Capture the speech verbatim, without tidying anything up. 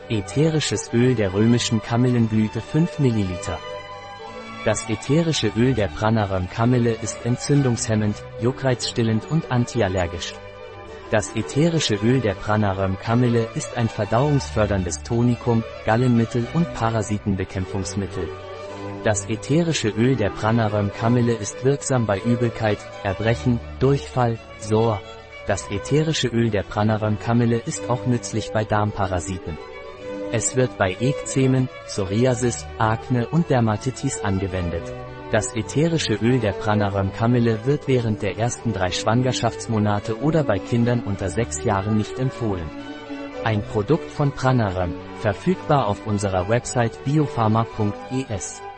Ätherisches Öl der römischen Kamillenblüte fünf Milliliter. Das ätherische Öl der Pranaröm-Kamille ist entzündungshemmend, juckreizstillend und antiallergisch. Das ätherische Öl der Pranaröm-Kamille ist ein verdauungsförderndes Tonikum, Gallenmittel und Parasitenbekämpfungsmittel. Das ätherische Öl der Pranaröm-Kamille ist wirksam bei Übelkeit, Erbrechen, Durchfall, Sor. Das ätherische Öl der Pranaröm-Kamille ist auch nützlich bei Darmparasiten. Es wird bei Ekzemen, Psoriasis, Akne und Dermatitis angewendet. Das ätherische Öl der Pranaröm-Kamille wird während der ersten drei Schwangerschaftsmonate oder bei Kindern unter sechs Jahren nicht empfohlen. Ein Produkt von Pranaröm, verfügbar auf unserer Website biopharma punkt es.